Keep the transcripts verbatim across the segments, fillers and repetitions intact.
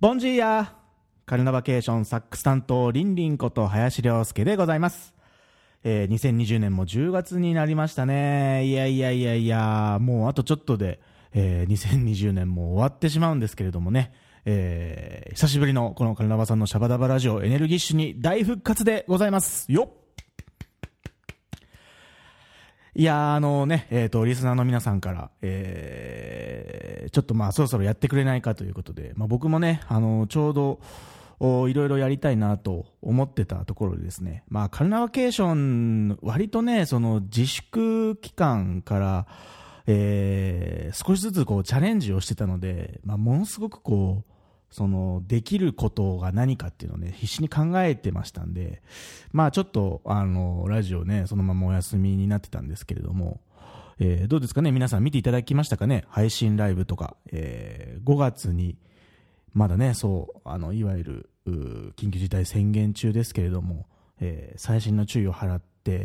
ボンジーヤカルナバケーションサックス担当リンリンこと林良介でございます。えー、にせんにじゅうねんもじゅうがつになりましたね。いやいやいやいや、もうあとちょっとで、えー、にせんにじゅうねんも終わってしまうんですけれどもね、えー、久しぶりのこのカルナバさんのシャバダバラジオエネルギッシュに大復活でございますよ。いやーあのね、えーと、リスナーの皆さんから、えー、ちょっとまあそろそろやってくれないかということで、まあ僕もね、あのちょうどいろいろやりたいなと思ってたところでですね、まあカルナバケーション割とね、その自粛期間から、えー、少しずつこうチャレンジをしてたので、まあものすごくこう、そのできることが何かっていうのをね必死に考えてましたんで、まあちょっとあのラジオねそのままお休みになってたんですけれども、えー、どうですかね、皆さん見ていただきましたかね、配信ライブとか、えー、ごがつにまだね、そうあのいわゆる緊急事態宣言中ですけれども、えー、細心の注意を払って、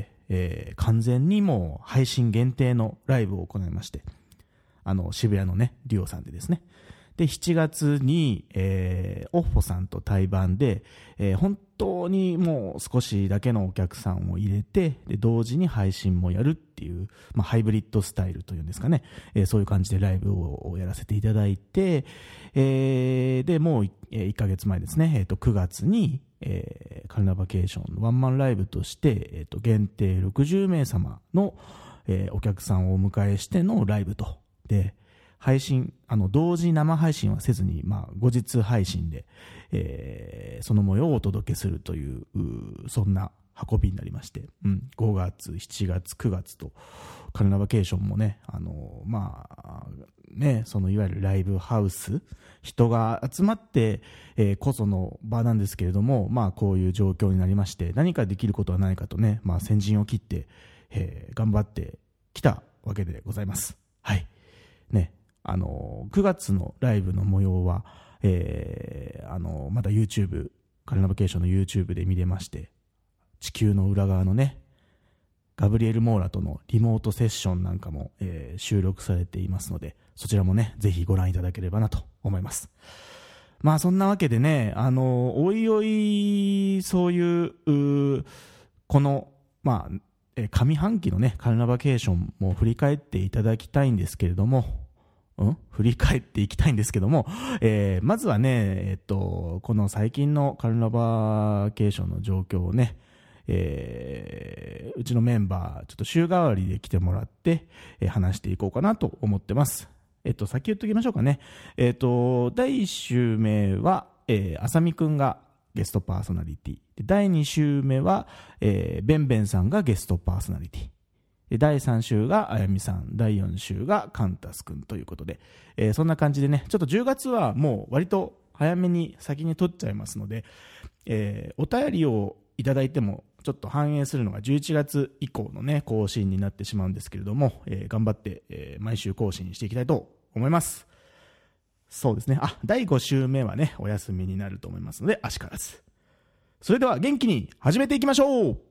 えー、完全にもう配信限定のライブを行いまして、あの渋谷のねリオさんでですね、でしちがつに、えー、オッフォさんと対バンで、えー、本当にもう少しだけのお客さんを入れて、で同時に配信もやるっていう、まあ、ハイブリッドスタイルというんですかね、えー、そういう感じでライブをやらせていただいて、えー、でもういっかげつまえですね、えー、とくがつに、えー、カルナバケーションのワンマンライブとして、えー、と限定ろくじゅうめいさまの、えー、お客さんをお迎えしてのライブとで、配信、あの、同時生配信はせずに、まあ、後日配信で、えー、その模様をお届けするという、うそんな運びになりまして、うん、ごがつ、しちがつ、くがつと、カルナバケーションもね、あの、まあ、ね、そのいわゆるライブハウス、人が集まって、えー、こその場なんですけれども、まあ、こういう状況になりまして、何かできることはないかとね、まあ、先陣を切って、えー、頑張ってきたわけでございます。はい。ね。あのくがつのライブの模様は、えー、あのまだ YouTube カルナバケーションの YouTube で見れまして、地球の裏側のねガブリエル・モーラとのリモートセッションなんかも、えー、収録されていますので、そちらもねぜひご覧いただければなと思います。まあそんなわけでね、あのおいおいそういう、うこのまあ上半期のねカルナバケーションも振り返っていただきたいんですけれども、うん、振り返っていきたいんですけども、えー、まずはね、えっと、この最近のカルナバケーションの状況をね、えー、うちのメンバー、ちょっと週替わりで来てもらって、えー、話していこうかなと思ってます。えっと、先言っときましょうかね。えっと、だいいっ週目は、えー、あさみくんがゲストパーソナリティ。だいに週目は、えー、ベンベンさんがゲストパーソナリティ。だいさん週があやみさん、だいよん週がカンタスくんということで、えー、そんな感じでね、ちょっとじゅうがつはもう割と早めに先に撮っちゃいますので、えー、お便りをいただいてもちょっと反映するのがじゅういちがつ以降のね更新になってしまうんですけれども、えー、頑張って、えー、毎週更新していきたいと思います。そうですね、あ、だいご週目はねお休みになると思いますので、あしからず。それでは元気に始めていきましょう。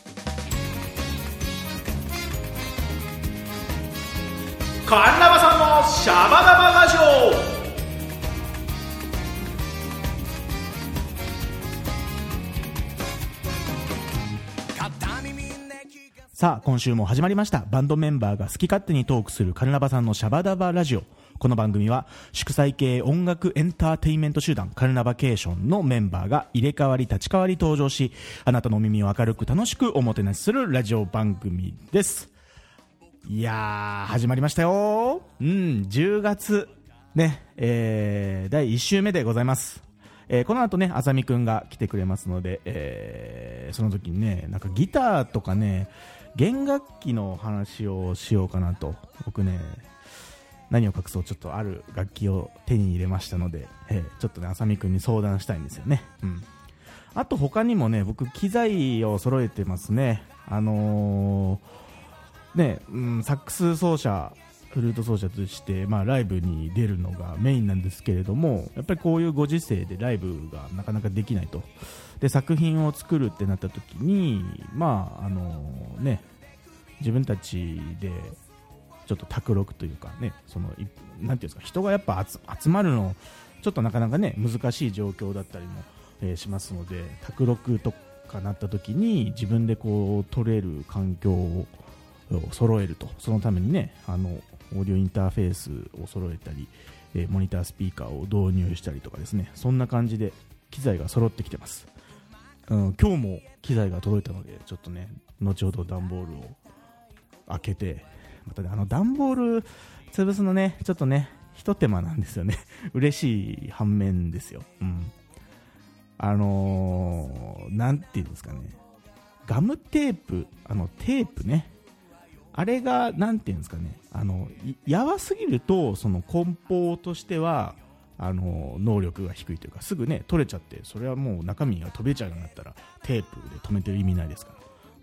カルナバさんのシャバダバラジオ。さあ今週も始まりました。バンドメンバーが好き勝手にトークするカルナバさんのシャバダバラジオ。この番組は祝祭系音楽エンターテインメント集団カルナバケーションのメンバーが入れ替わり立ち替わり登場し、あなたの耳を明るく楽しくおもてなしするラジオ番組です。いやー始まりましたよ。うんじゅうがつね、えー、だいいっ週目でございます。えー、この後ねあさみくんが来てくれますので、えー、その時にねなんかギターとかね弦楽器の話をしようかなと。僕ね何を隠そうちょっとある楽器を手に入れましたので、えー、ちょっとねあさみくんに相談したいんですよね。うんあと他にもね僕機材を揃えてますね。あのーねうん、サックス奏者フルート奏者として、まあ、ライブに出るのがメインなんですけれども、やっぱりこういうご時世でライブがなかなかできないと。で作品を作るってなった時に、まああのね、自分たちでちょっと卓録というかね、そのなんていうんですか、人がやっぱ集まるのちょっとなかなかね難しい状況だったりも、えー、しますので、卓録とかなった時に自分でこう撮れる環境を揃えると、そのためにねあのオーディオインターフェースを揃えたり、えー、モニタースピーカーを導入したりとかですね、そんな感じで機材が揃ってきてます。うん、今日も機材が届いたので、ちょっとね後ほど段ボールを開けて、またねあの段ボール潰すのねちょっとね一手間なんですよね嬉しい反面ですよ、うん、あのー、なんていうんですかね、ガムテープ、あのテープね、あれがなんていうんですかね、あのやわすぎるとその梱包としてはあの能力が低いというか、すぐね取れちゃって、それはもう中身が飛べちゃうようになったらテープで止めてる意味ないですから。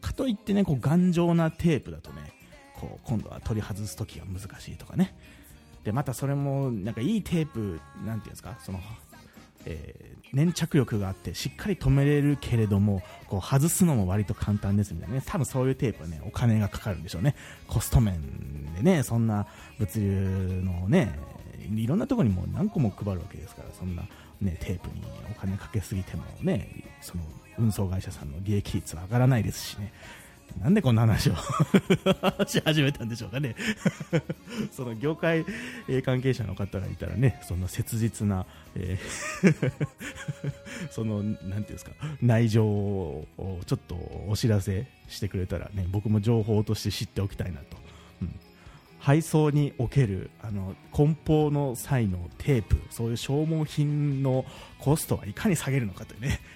かといってねこう頑丈なテープだとね、こう今度は取り外す時が難しいとかね。でまたそれもなんかいいテープなんていうんですか、その、えー、粘着力があってしっかり止めれるけれども、こう外すのも割と簡単ですみたいなね。多分そういうテープはねお金がかかるんでしょうね。コスト面でね、そんな物流のねいろんなところにも何個も配るわけですから、そんな、ね、テープにお金かけすぎてもね、その運送会社さんの利益率は上がらないですしね。なんでこんな話をし始めたんでしょうかねその業界関係者の方がいたらね、そんな切実な、えーそのなんていうんですか、内情をちょっとお知らせしてくれたらね、僕も情報として知っておきたいなと。うん、配送におけるあの梱包の際のテープ、そういう消耗品のコストはいかに下げるのかというね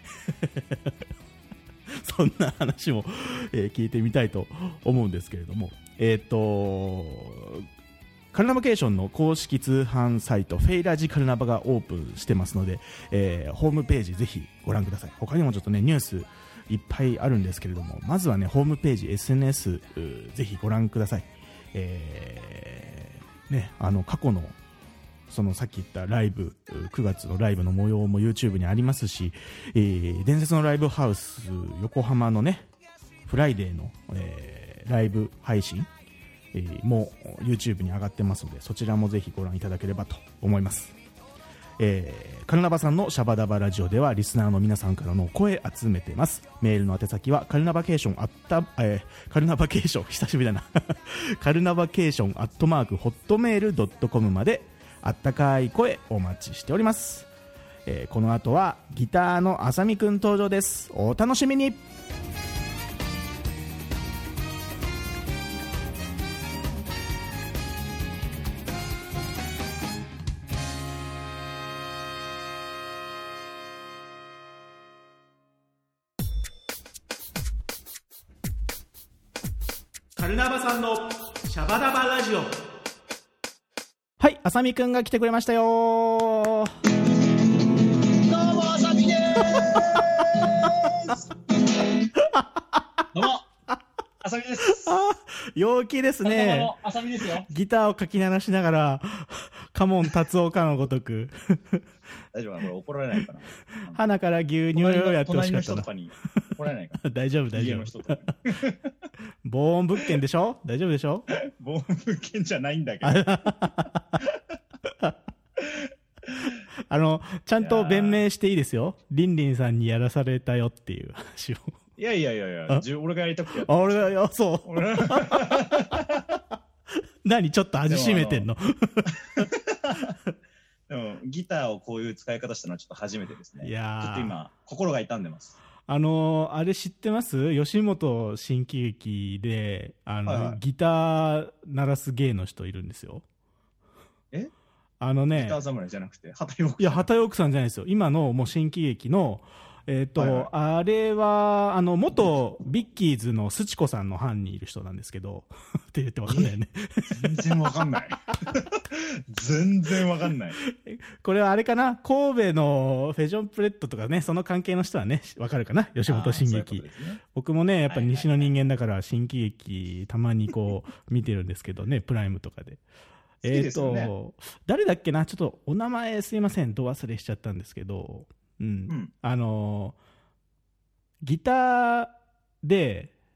そんな話も、えー、聞いてみたいと思うんですけれども、えっ、ー、とカルナバケーションの公式通販サイトフェイラジカルナバがオープンしてますので、えー、ホームページぜひご覧ください。他にもちょっとねニュースいっぱいあるんですけれども、まずはねホームページ エスエヌエス ぜひご覧ください。えーね、あの過去のそのさっき言ったライブ、くがつのライブの模様も YouTube にありますし、えー、伝説のライブハウス横浜のねフライデーの、えー、ライブ配信、えー、も YouTube に上がってますので、そちらもぜひご覧いただければと思います。えー、カルナバさんのシャバダバラジオではリスナーの皆さんからの声集めてます。メールの宛先はカルナバケーションアッタ、えー、カルナバケーション久しぶりだなカルナバケーションアットマークホットメールドットコムまであったかい声お待ちしております。えー、この後はギターのあさみくん登場です。お楽しみに。カルナバさんのシャバダバラジオ。はい、あさみくんが来てくれましたよ。どうもあさみでーすどうもあさみです。 あ、陽気ですね。 あさみですよ。 ギターをかき鳴らしながらカモン達夫かのごとく大丈夫かな、これ怒られないかな。 鼻から牛乳をやってほしかったな。 隣の人とかに怒られないかな大丈夫大丈夫。 家の人とか防音物件でしょ、大丈夫でしょ。 防音物件じゃないんだけどあのちゃんと弁明していいですよ。リンリンさんにやらされたよっていう話を。 いやいやいやいや、俺がやりたくてやってあ、俺が、いや、そう何ちょっと味しめてんの。 でもギターをこういう使い方したのはちょっと初めてですね。 いやちょっと今心が痛んでます。 あのー、あれ知ってます？吉本新喜劇であの、はいはい、ギター鳴らす芸の人いるんですよ。 え？ あのね、 ギター侍じゃなくて畑陽区さん。 いや畑陽区さんじゃないですよ。今のもう新喜劇のえっと、はいはい、あれはあの元ビッキーズのすちこさんの班にいる人なんですけどって言ってわかんないよね。 全然わかんない全然わかんない。 これはあれかな、神戸のフェジョンプレットとかね、その関係の人はねわかるかな。吉本新喜劇、ね、僕もねやっぱり西の人間だから新喜劇たまにこう見てるんですけどねプライムとかで。えっと、ね、誰だっけな、ちょっとお名前すいませんど忘れしちゃったんですけど、うんうん、あのギターで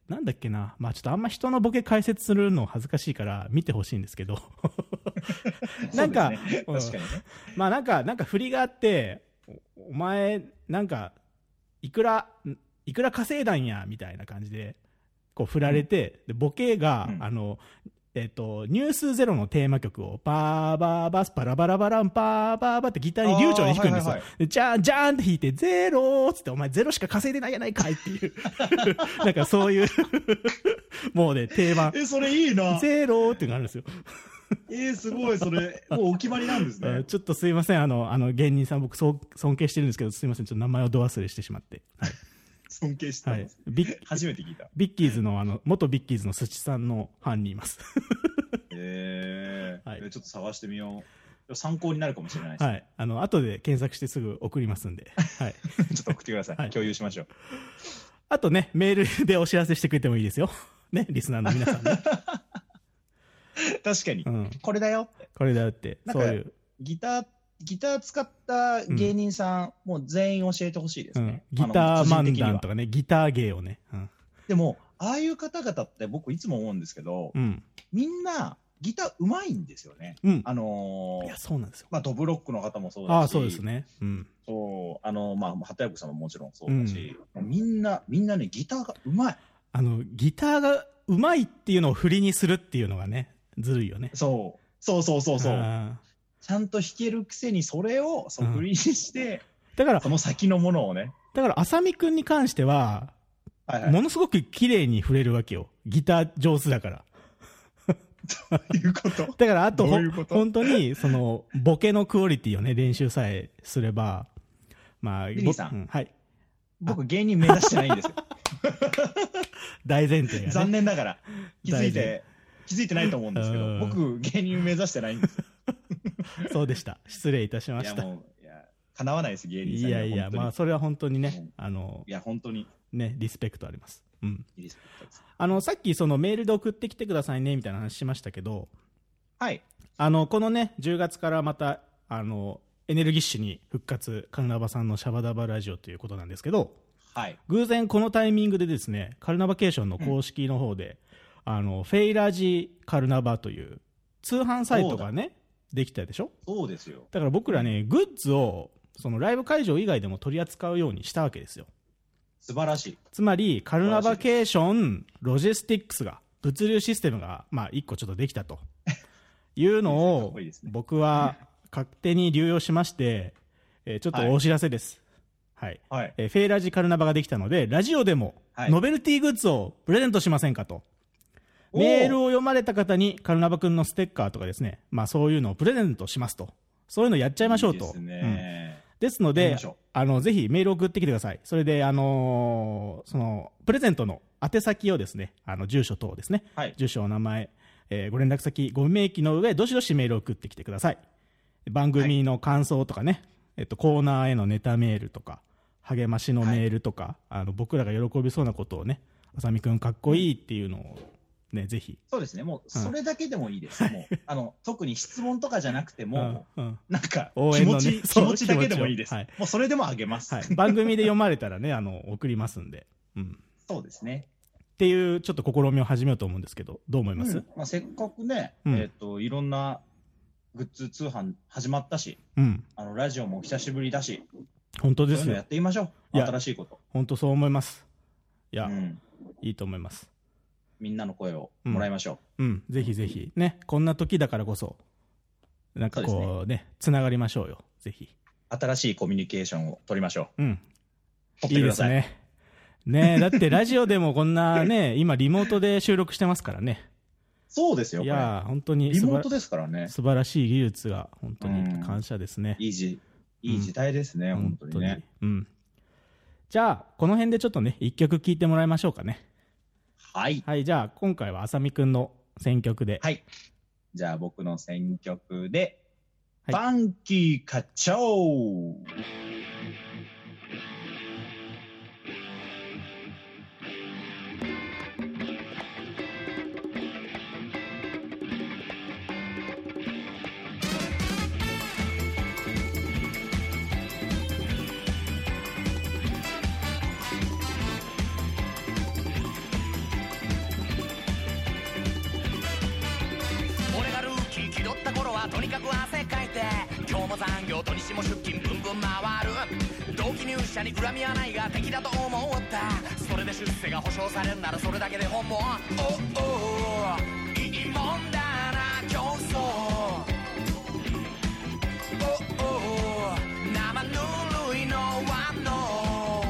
なんだっけな、まあちょっとあんま人のボケ解説するの恥ずかしいから見てほしいんですけどなんか、 そうですね、確かにね、 まあなんかなんか振りがあって、お前なんかいくらいくら稼いだんやみたいな感じでこう振られて、うん、でボケが、うん、あのえっと、ニュースゼロのテーマ曲をパーバーバスパラバラバランパーバーバってギターに流暢に弾くんですよ。はいはいはい、でジャーンジャーンって弾いてゼローっつってお前ゼロしか稼いでないやないかいっていうなんかそういうもうね定番えそれいいなゼローっていうのがあるんですよえー、すごいそれもうお決まりなんですねちょっとすいませんあのあの芸人さん僕そう尊敬してるんですけどすいませんちょっと名前をど忘れしてしまって、はい尊敬してます、はい、ビッ初めて聞いたビッキーズのあの元ビッキーズのスチさんのファンにいますえーはい、ちょっと探してみよう参考になるかもしれないです、 ね、はい、あの後で検索してすぐ送りますんで、はい、 ちょっと送ってください、はい、共有しましょう。 あとねメールでお知らせしてくれてもいいですよねリスナーの皆さんね確かに、うん、これだよってこれだよってそういうギターギター使った芸人さん、うん、もう全員教えてほしいですね、 うん、ギター漫談とかねギター芸をね、うん、 でもああいう方々って僕いつも思うんですけど、うん、みんなギターうまいんですよね、うん、あのー、 いやそうなんですよ、 まあ、ドブロックの方もそうだしあそうですね、うん、 そうあのー、まあ畑役さんももちろんそうだし、うん、みんなみんなねギターがうまいあのギターがうまいっていうのを振りにするっていうのがねずるいよねそうそうそうそうそうちゃんと弾けるくせにそれをそ振りにして、うん、だからその先のものをねだから浅見くんに関しては、はいはい、ものすごく綺麗に振れるわけよギター上手だからどういうことだからあと本当にそのボケのクオリティをね練習さえすればまあリリーさん、 うん、はい僕芸人目指してないんですよ大前提が、ね、 残念ながら気づいて気づいてないと思うんですけど僕芸人目指してないんですよそうでした失礼いたしました。 いやもういや叶わないです芸人さんいやいやまあそれは本当にねあのいや本当にねリスペクトあります、うん、リスペクトです。あのさっきそのメールで送ってきてくださいねみたいな話しましたけど、 はいあのこのねじゅうがつからまたあのエネルギッシュに復活カルナバさんのシャバダバラジオということなんですけど、 はい、 偶然このタイミングでですねカルナバケーションの公式の方で、うん、あのフェイラジカルナバという通販サイトがねできたでしょ。 そうですよ。 だから僕らねグッズをそのライブ会場以外でも取り扱うようにしたわけですよ。 素晴らしい。 つまりカルナバケーションロジスティックスが物流システムがまあいっこちょっとできたというのを僕は勝手に流用しまして、えー、ちょっとお知らせです、はいはいえー、フェイラジカルナバができたのでラジオでもノベルティグッズをプレゼントしませんかと、メールを読まれた方にカルナバくんのステッカーとかですね、まあ、そういうのをプレゼントしますと、そういうのやっちゃいましょうと。いいですね、うん、ですのであのぜひメールを送ってきてください。それで、あのー、そのプレゼントの宛先をですねあの住所等ですね、はい、住所お名前、えー、ご連絡先ご明記の上どしどしメールを送ってきてください。番組の感想とかね、はいえっと、コーナーへのネタメールとか励ましのメールとか、はい、あの僕らが喜びそうなことをねあさみくんかっこいいっていうのをね、ぜひ。 そうですね。もう、それだけでもいいです。うん、もう、あの、特に質問とかじゃなくても、うんうん、なんか、気持ち、ね、気持ちだけでもいいです。はい、もう、それでもあげます、 はい。番組で読まれたらね、あの、送りますんで。うん。 そうですね。 っていう、ちょっと試みを始めようと思うんですけど、どう思います？うん、 まあ、せっかくね、うん、えっと、いろんなグッズ通販始まったし、 うん、 あの、ラジオも久しぶりだし、 本当ですよ。 そういうのやってみましょう。新しいこと。 本当そう思います。いや、うん、いいと思います。 みんなの声をもらいましょう。うん、うん、ぜひぜひね、こんな時だからこそ、なんかこうね、つながりましょうよ、ぜひ。 新しいコミュニケーションを取りましょう。 うん。 取ってください。 いいですね。ねだってラジオでもこんなね、今リモートで収録してますからね。 そうですよ。 いや本当にリモートですからね。 素晴らしい技術が本当に感謝ですね。 うん、いい時、いい時代ですね、うん、本当にね。 うん。じゃあこの辺でちょっとね、一曲聴いてもらいましょうかね。 はい。 はい、じゃあ、今回はあさみくんの選曲で。 はい。じゃあ、僕の選曲で、はい、ファンキーカチョー。 なく汗かいて今日も残業土日も出勤ブンブン回る同期入社に恨みはないが敵だと思ったそれで出世が保証されるならそれだけで本望おおいいもんだな競争おお生ぬるいのはの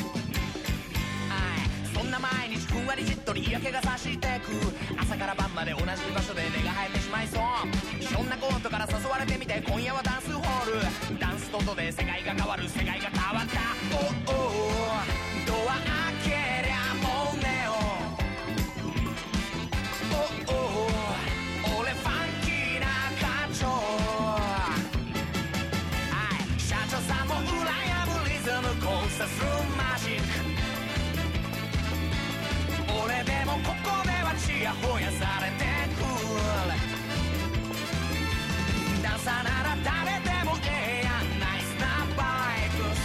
そんな毎日ふんわりじっとり嫌気がさしてく朝から晩まで同じ場所で根が生えてしまいそうひょんなコートから誘われてみて今夜はダンスホールダンスと音で世界が変わる世界が変わったおおドア開けりゃもうネオおお俺ファンキーな課長社長さんも羨むリズム交差するマジック俺でもここではチヤホヤされてくダンサーなら誰でもええやんナイスなバイク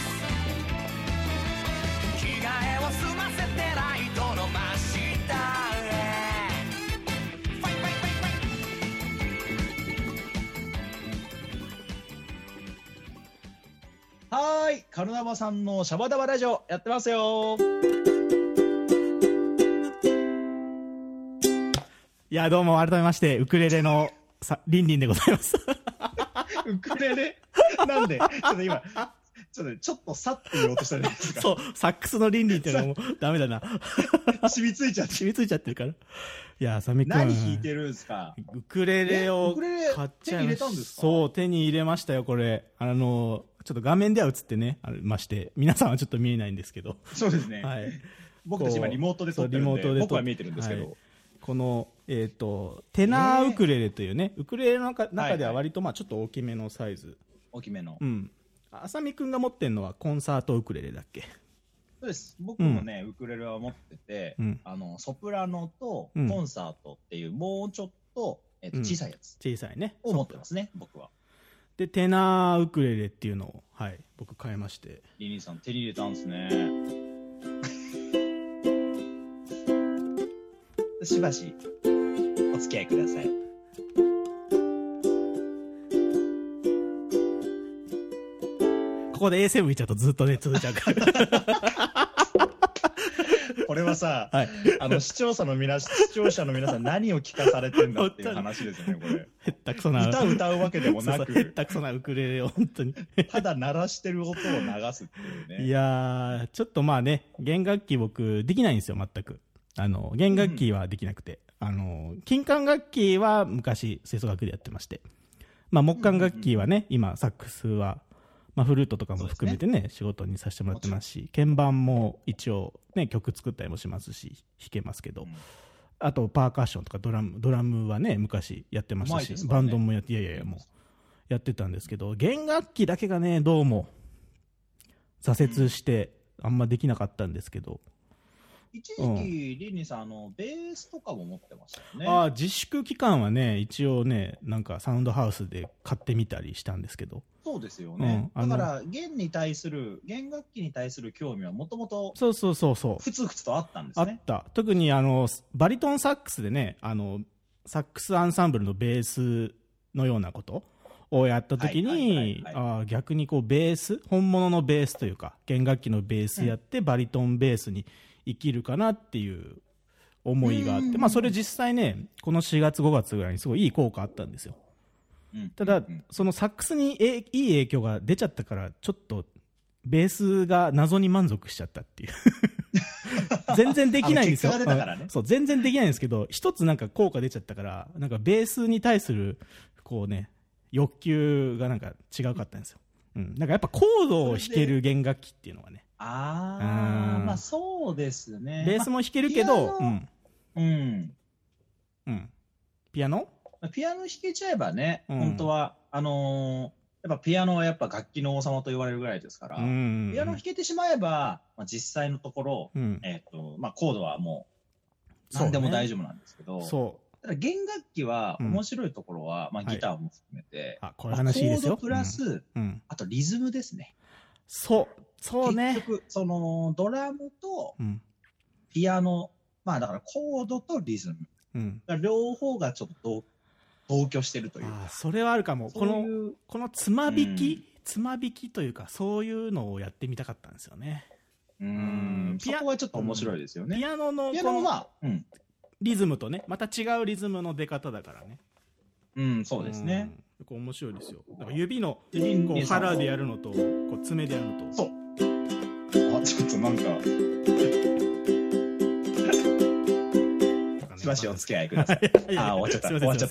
ス着替えを済ませてライトの真下へファイファイファイファイはーい、カルナバさんのシャバダバラジオやってますよ。 いや、どうも、改めまして、ウクレレのさリンリンでございます。 ウクレレなんでちょっと今ちょっとちょっとさって言おうとしたじゃないですか。 そう、サックスのリンリンっていうのはもうダメだな。 染みついちゃって。 染みついちゃってるから。いや、あさみくん。 何弾いてるんですか。 ウクレレを買っちゃいました。 手に入れたんですか。 そう、手に入れましたよ、これ。あの、ちょっと画面では映ってね、あまして、皆さんはちょっと見えないんですけど。 そうですね。 はい。 僕たち今リモートで撮ってるんで、僕は見えてるんですけど。はい、 この、えっ、ー、と、テナーウクレレというね、ウクレレの中では割とまあちょっと大きめのサイズ。 大きめの。 うん。あさみくんが持ってるのはコンサートウクレレだっけ。 そうです。僕もね、うん、ウクレレは持ってて、 うん、 あの、ソプラノとコンサートっていう、うん、もうちょっと、えっと、小さいやつ。 小さいね。 を持ってますね、僕は。 で、テナーウクレレっていうのを、はい、僕買いまして。 リニーさん手に入れたんですね。しばし、お付き合いください。 ここで エーセブン いっちゃうとずっとね、続いちゃうから。 これはさ、 はい、 あの視聴者の皆視聴者の皆さん何を聞かされてんだっていう話ですよね、これ。 へったくそな歌を歌うわけでもなく、 そうそうへったくそなウクレレを本当にただ鳴らしてる音を流すっていうね。 いやー、ちょっとまあね、弦楽器僕できないんですよ、全く。あの弦楽器はできなくて、うん、あの金管楽器は昔吹奏楽でやってまして、まあ木管楽器はね、うんうんうん、今サックスは。まあ、フルートとかも含めて ね, ね仕事にさせてもらってますし、鍵盤も一応、ね、曲作ったりもしますし弾けますけど、うん、あとパーカッションとかドラムドラムはね昔やってましたし、ね、バンドもやっていやいやいやもうやってたんですけど、弦楽器だけがねどうも挫折してあんまできなかったんですけど、 一時期、うん、リンリンさんあのベースとかも持ってましたよね。 ああ、自粛期間はね一応ねなんかサウンドハウスで買ってみたりしたんですけど。 そうですよね、うん、だから弦に対する弦楽器に対する興味はもともとそうそうそうそうふつふつとあったんですね。 あった。特にあのバリトンサックスでね、あのサックスアンサンブルのベースのようなことをやった時に、あ逆にこうベース本物のベースというか弦楽器のベースやって、うん、バリトンベースに生きるかなっていう思いがあって、まあ、それ実際ねこのしがつごがつぐらいにすごいいい効果あったんですよ。ただそのサックスにいい影響が出ちゃったからちょっとベースが謎に満足しちゃったっていう全然できないんですよ。 結果が出たからね。 そう全然できないんですけど、一つなんか効果出ちゃったからなんかベースに対するこうね欲求がなんか違うかったんですよ。うん、なんかやっぱコードを弾ける弦楽器っていうのがね、 ああまあそうですね。 ベースも弾けるけど、うんうんうん、ピアノピアノ弾けちゃえばね、うん、本当はあのー、やっぱピアノはやっぱ楽器の王様と言われるぐらいですから、うんうんうん、ピアノ弾けてしまえば、まあ、実際のところ、うん、えーとまあ、コードはもう何でも大丈夫なんですけど、 そうただ弦楽器は面白いところは、うんまあ、ギターも含めて、 はい、あこれ話いいですよ。 コードプラス、うん、あとリズムですね。 そうそうね。 結局そのドラムとピアノ、まあだからコードとリズム、うん、両方がちょっと同居してるというか。 あ、それはあるかも。この、このつま弾き、うん、つま弾きというか、そういうのをやってみたかったんですよね。 うん。そこはちょっと面白いですよね。 ピアノの、 ピアノは、うん。 リズムとね、また違うリズムの出方だからね。 うん、そうですね。 うん、こう面白いですよ。だから指の、こう腹でやるのと、こう爪でやるのと。 そう。あ、ちょっとなんか、しばしお付き合いください。あ、終わっちゃった。終わっちゃった。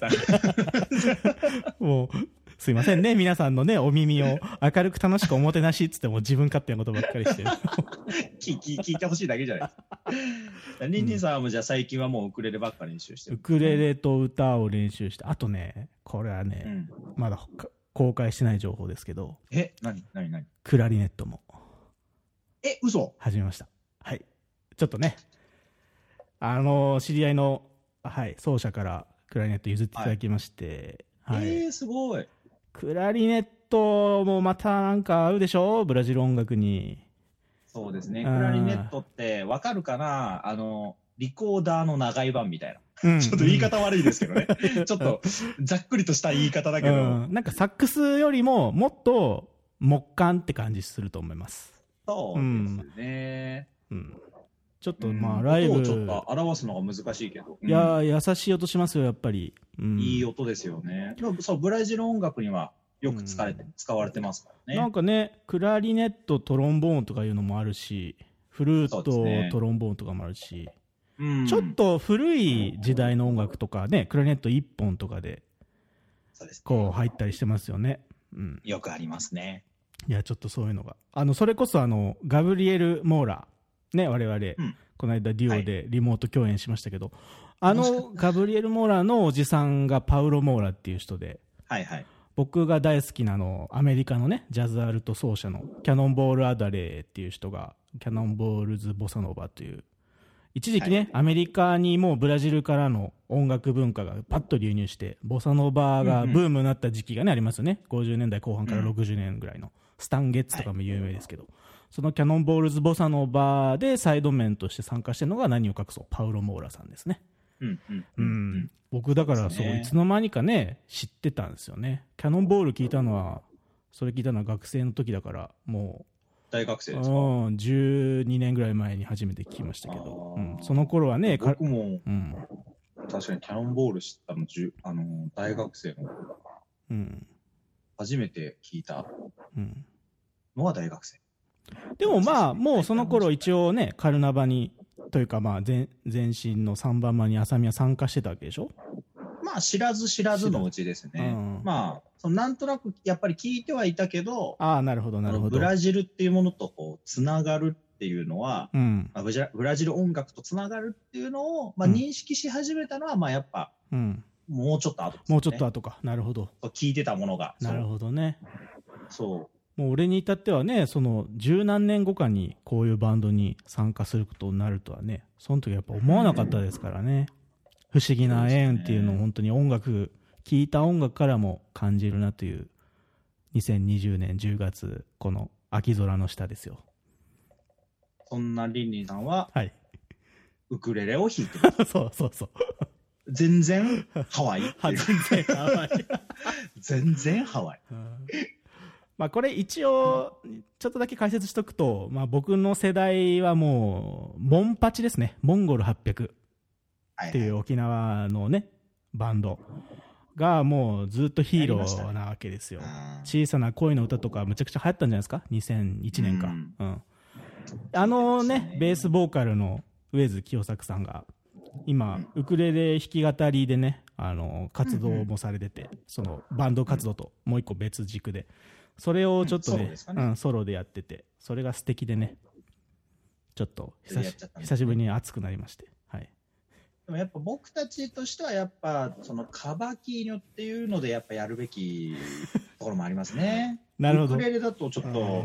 もう、すいませんね。皆さんのね、お耳を明るく楽しくおもてなしっつっても自分勝手なことばっかりしてる。 聞, 聞いてほしいだけじゃないですか。ニンニンさんはもうじゃあ最近はもうウクレレばっかり練習してる、 ウクレレと歌を練習して、あとね、これはね、うん、まだ公開してない情報ですけど。 え、なになになにクラリネットも。 え、嘘始めました。はい。ちょっとね、あの、知り合いの、はい、奏者からクラリネット譲っていただきまして、 はいはい、えー、すごい。 クラリネットもまたなんか合うでしょ、ブラジル音楽に。 そうですね。クラリネットってわかるかな、あの、リコーダーの長い版みたいな。うん、ちょっと言い方悪いですけどね。ちょっとざっくりとした言い方だけど、 うん。なんかサックスよりももっと木管って感じすると思います。 そうですね。うん。うん、 ちょっとまあライブ、 音をちょっと表すのが難しいけど。 いやー、優しい音しますよ、やっぱり。 うん、いい音ですよね。そう、ブラジル音楽にはよく使われて、うん、使われてますからね。 なんかね、クラリネット、トロンボーンとかいうのもあるし、フルート、ね、トロンボーンとかもあるし、うん、ちょっと古い時代の音楽とかね、クラリネットいっぽんとかで、 そうですね、 こう入ったりしてますよね。うん、 よくありますね。 いや、ちょっとそういうのが。あの、それこそあの、ガブリエル・モーラー、ね、我々、うん、この間デュオでリモート共演しましたけど、はい、あの、ガブリエル・モーラーのおじさんがパウロ・モーラっていう人で、 はいはい。 僕が大好きなあのアメリカのねジャズアルト奏者のキャノンボール・アダレーっていう人がキャノンボールズ・ボサノバという一時期ね、はい、アメリカにもうブラジルからの音楽文化がパッと流入してボサノバがブームになった時期がね、うんうん、ありますよね。ごじゅうねんだいこう半からろくじゅうねんぐらいの、うん、スタンゲッツとかも有名ですけど、はい、そのキャノンボールズ・ボサノバでサイドメンとして参加してるのが何を隠そうパウロ・モーラさんですね。 うんうんうんうん、 僕だからそう、ね、いつの間にかね知ってたんですよね。キャノンボール聞いたのはそれ聞いたのは学生の時だからもう大学生ですか。 うん、じゅうにねんぐらい前に初めて聞きましたけど、うん、その頃はね僕も、うん、確かにキャノンボール知ったのあの大学生の頃だから、うん、初めて聞いたのは大学生、 うん、でもまあもうその頃一応ねカルナバにというかまあ 前, 前身のサンバマに浅見は参加してたわけでしょ。 まあ知らず知らずのうちですね、うん、まあそのなんとなくやっぱり聞いてはいたけど、 ああなるほどなるほど、 ブラジルっていうものとこうつながるっていうのは、うんまあ、ブラジル音楽とつながるっていうのを、まあ、認識し始めたのはまあやっぱ、うん、もうちょっと後ですね。 もうちょっと後か。なるほど。 聞いてたものが。 なるほどね。 そうもう俺に至ってはね、その十何年後かにこういうバンドに参加することになるとはね、その時やっぱ思わなかったですからね。不思議な縁っていうのを本当に音楽、聴いた音楽からも感じるなというにせんにじゅうねんじゅうがつ、この秋空の下ですよ。 そんなリンリンさんは、 はい、 ウクレレを弾いてる。 そうそうそう。 全然ハワイ。 全然ハワイ。 全然ハワイ。 まあ、これ一応ちょっとだけ解説しとくと、まあ、僕の世代はもうモンパチですね。モンゴルはっぴゃくっていう沖縄のねバンドがもうずっとヒーローなわけですよ。小さな恋の歌とかむちゃくちゃ流行ったんじゃないですか。にせんいちねんか、うんうん、あのねベースボーカルの上津清作さんが今ウクレレ弾き語りでねあの活動もされてて、そのバンド活動ともう一個別軸でそれをちょっと ね,、うん ソ, ねうん、ソロでやってて、それが素敵でね、ちょっと 久 し, 久しぶりに熱くなりまして、はい。 でもやっぱ僕たちとしてはやっぱそのカバキーニョっていうのでやっぱやるべきところもありますね。 なるほど。 ウクレレだとちょっと、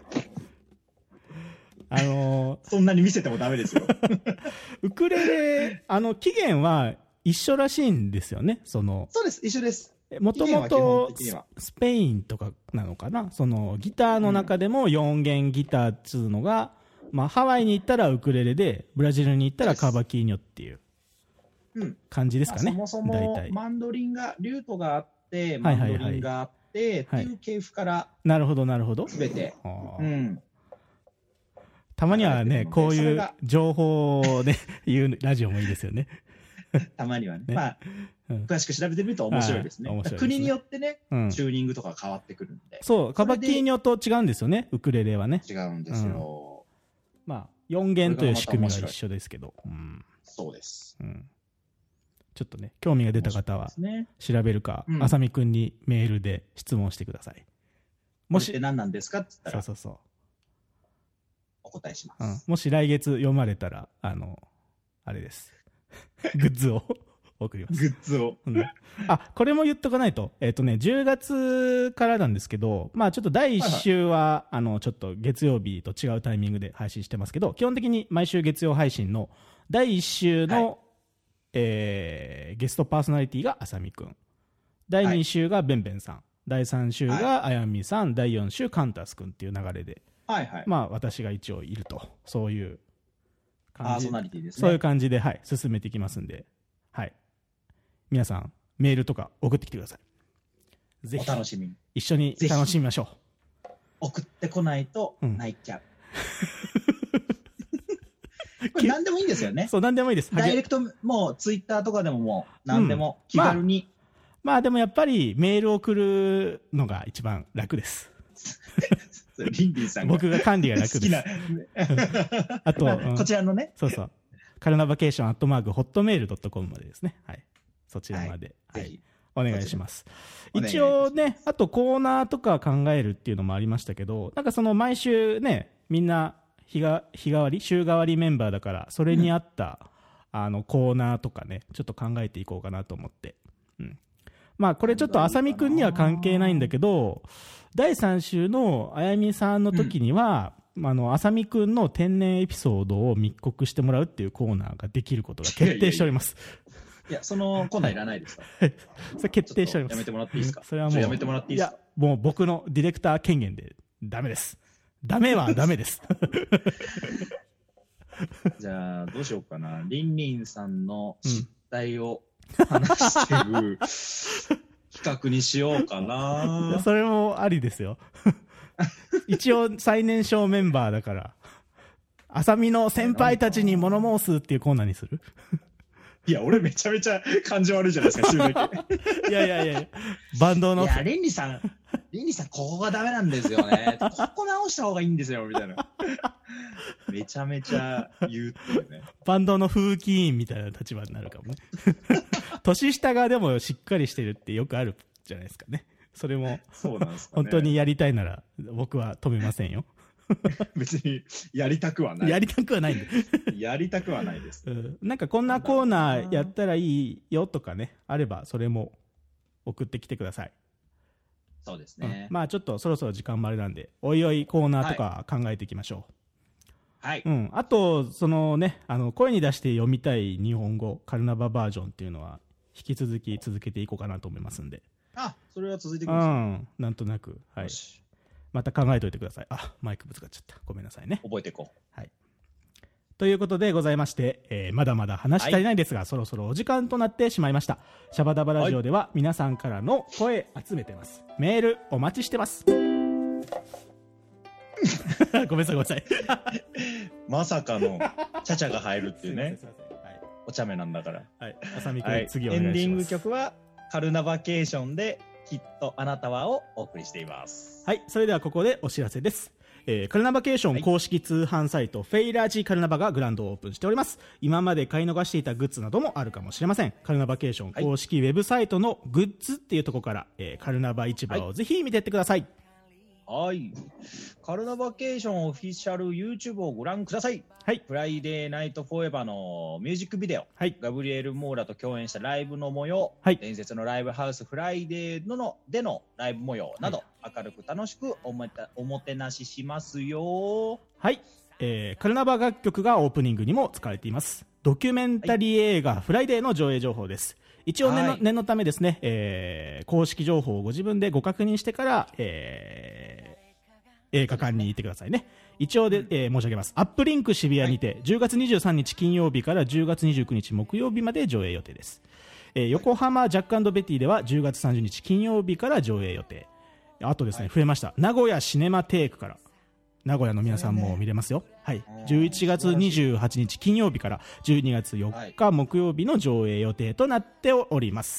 あのー、 そんなに見せてもダメですよ。 ウクレレあの起源は一緒らしいんですよね。そのそうです一緒です。 もともとスペインとかなのかな、そのギターの中でもよんげんギターっつうのが、まあ、ハワイに行ったらウクレレでブラジルに行ったらカバキーニョっていう、 感じですかね、 まあ、そもそもマンドリンがリュートがあってマンドリンがあって、はいはいはい、っていう系譜からなるほどなるほど全て、うん、 たまにはねこういう情報をね言うラジオもいいですよねたまには ね, ねまあ、うん、詳しく調べてみると面白いですね。面白いですね。国によってね、うん、チューニングとか変わってくるんで。 そう、カバキーニョと違うんですよね、ウクレレはね。 違うんですよ。 うん、まあ、よん弦という仕組みが一緒ですけど。うん、 そうです、うん。 ちょっとね、興味が出た方は、調べるか、あさみくんにメールで質問してください。 もし、これって何なんですかって言ったら、 そうそうそう。 お答えします。 うん、もし来月読まれたら、あの、あれです。グッズを送ります。 グッズを、 うん。あ、これも言っとかないと。えっ、ー、とね、じゅうがつからなんですけど、まあちょっとだいいっ週は、はいはい、あの、ちょっと月曜日と違うタイミングで配信してますけど、基本的に毎週月曜配信のだいいっ週の、はい、えー、ゲストパーソナリティがあさみくん。だいに週がべんべんさん。はい、だいさん週があやみさん。だいよん週カンタスくんっていう流れで。 はいはい。 まあ私が一応いると。そういう。 パーソナリティですね。 そういう感じで、はい、進めていきますんで、はい。皆さん、メールとか送ってきてください。ぜひ、 お楽しみに。 一緒に楽しみましょう。送ってこないと泣いちゃう。うん、これ何でもいいんですよね。 そう、何でもいいです。 ダイレクト、もうツイッターとかでももう何でも気軽に。 うんまあ、まあでもやっぱりメールを送るのが一番楽です。 リンリンさんが僕が管理が楽です。好きなあと、 うん、こちらのね。 そうそう。カルナバケーションアットマークホットメールドットコムまでですね。はい。そちらまで。はい。はい、お願いします。一応ね、あとコーナーとか考えるっていうのもありましたけど、なんかその毎週ね、みんな日が、日替わり、週替わりメンバーだから、それに合った、うん、あのコーナーとかね、ちょっと考えていこうかなと思って。うん。まあこれちょっとあさみくんには関係ないんだけど、だいさん週のあやみさんの時には、うん、あのあさみくんの天然エピソードを密告してもらうっていうコーナーができることが決定しております。 いや、そのコーナーいらないですかそれ決定しております。 やめてもらっていいですかそれはもう、 やめてもらっていいですか。 いや、もう僕のディレクター権限でダメです。ダメはダメです。 じゃあ、どうしようかな。りんりんさんの失態を、うん話してる企画にしようかな。 それもありですよ。一応最年少メンバーだから、あさみの先輩たちに物申すっていうコーナーにする。 いや、俺めちゃめちゃ感情悪いじゃないですか、週だけ。 いやいやいや、バンドの。 いや、りんりさん、りんりさん、ここがダメなんですよね。ここ直した方がいいんですよ、みたいな。めちゃめちゃ言うっていうね。 バンドの風紀委員みたいな立場になるかもね。年下がでもしっかりしてるってよくあるじゃないですかね。それも、 そうなんですかね、 本当にやりたいなら僕は止めませんよ。 別にやりたくはない。 やりたくはないんで。 やりたくはないです、 うん。なんかこんなコーナーやったらいいよとかね、あればそれも送ってきてください。 そうですね。 うん、まあちょっとそろそろ時間もあれなんで、おいおいコーナーとか考えていきましょう。 はい。 うん。あと、そのね、あの、声に出して読みたい日本語、カルナババージョンっていうのは、引き続き続けていこうかなと思いますんで。 あ、それは続いていきます。 うん。なんとなく、はい。また考えておいてください。あ、マイクぶつかっちゃった。ごめんなさいね。 覚えていこう。 はい。ということでございまして、えー、まだまだ話し足りないですが、はい、そろそろお時間となってしまいました。シャバダバラジオでは皆さんからの声集めてます。メールお待ちしてます。ごめんなさい、ごめんなさい。 まさかのチャチャが入るっていうね。はい、お茶目なんだから。 はい。あさみくん、はい、次お願いします。 エンディング曲はカルナバケーションできっとあなたはをお送りしています。 はい。それではここでお知らせです。えー、カルナバケーション公式通販サイト、はい、フェイラージカルナバがグランドオープンしております。今まで買い逃していたグッズなどもあるかもしれません。カルナバケーション公式ウェブサイトのグッズっていうところから、えー、カルナバ市場をぜひ見てってください。 はい。カルナバケーションオフィシャル YouTube をご覧ください。 はい。 フライデーナイトフォーエバーのミュージックビデオ。 はい。 ガブリエル・モーラと共演したライブの模様。 はい。 伝説のライブハウスフライデーののでのライブ模様など、はい、明るく楽しくおもて、おもてなししますよ。 はい。えー、カルナバ楽曲がオープニングにも使われています。ドキュメンタリー映画、はい、フライデーの上映情報です。一応念の、はい、念のためですね、えー、公式情報をご自分でご確認してから、えー、 映画館に行ってくださいね。一応で、えー、申し上げます。アップリンク渋谷にて、はい、じゅうがつにじゅうさんにち金曜日からじゅうがつにじゅうくにち木曜日まで上映予定です。えー、横浜ジャック&ベティではじゅうがつさんじゅうにち金曜日から上映予定。あとですね、はい、増えました。名古屋シネマテークから。名古屋の皆さんも見れますよ。はい。じゅういちがつにじゅうはちにち金曜日からじゅうにがつよっか木曜日の上映予定となっております。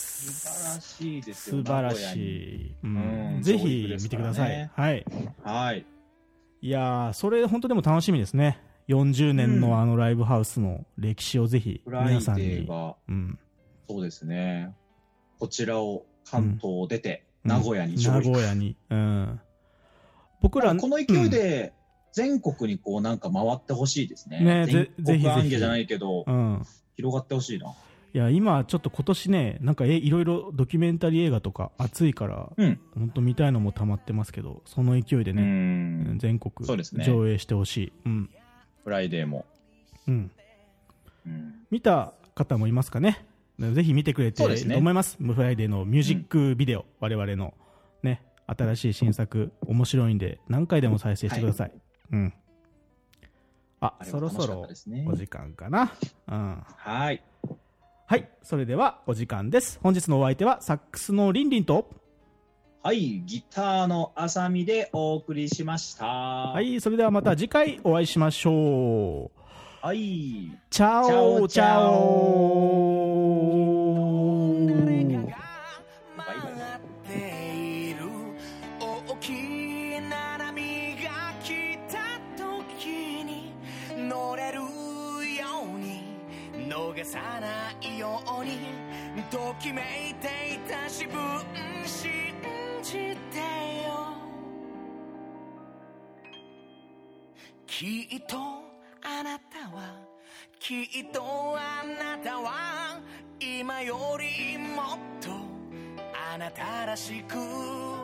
素晴らしいですよ。 素晴らしい。うん、ぜひ見てください。はい。 はい。 いやー、それ本当でも楽しみですね。よんじゅうねんのあのライブハウスの歴史をぜひ皆さんに。 うん、そうですね。こちらを関東を出て、うん、名古屋に上陸。 名古屋に。うん。僕らこの勢いで全国にこうなんか回ってほしいですね。ね、ぜぜひぜひ。じゃないけど、うん、広がってほしいな。 いや今ちょっと今年ねなんかえいろいろドキュメンタリー映画とか熱いから、うん、本当見たいのも溜まってますけどその勢いでねうん全国上映してほしい。う、ねうん、 フライデーも、 うんうん、見た方もいますかね。ぜひ見てくれてと思います。フライデーのミュージックビデオ、うん、我々のね。新しい新作面白いんで何回でも再生してください。はい、うん。あ、あそろそろお時間かな。うん。 はい。 はい、それではお時間です。本日のお相手はサックスのリンリンと、 はい、ギターのあさみでお送りしました。 はい、それではまた次回お会いしましょう。 はい。 チャオチャオ。 逃さないようにときめいていた自分信じてよ。きっとあなたはきっとあなたは今よりもっとあなたらしく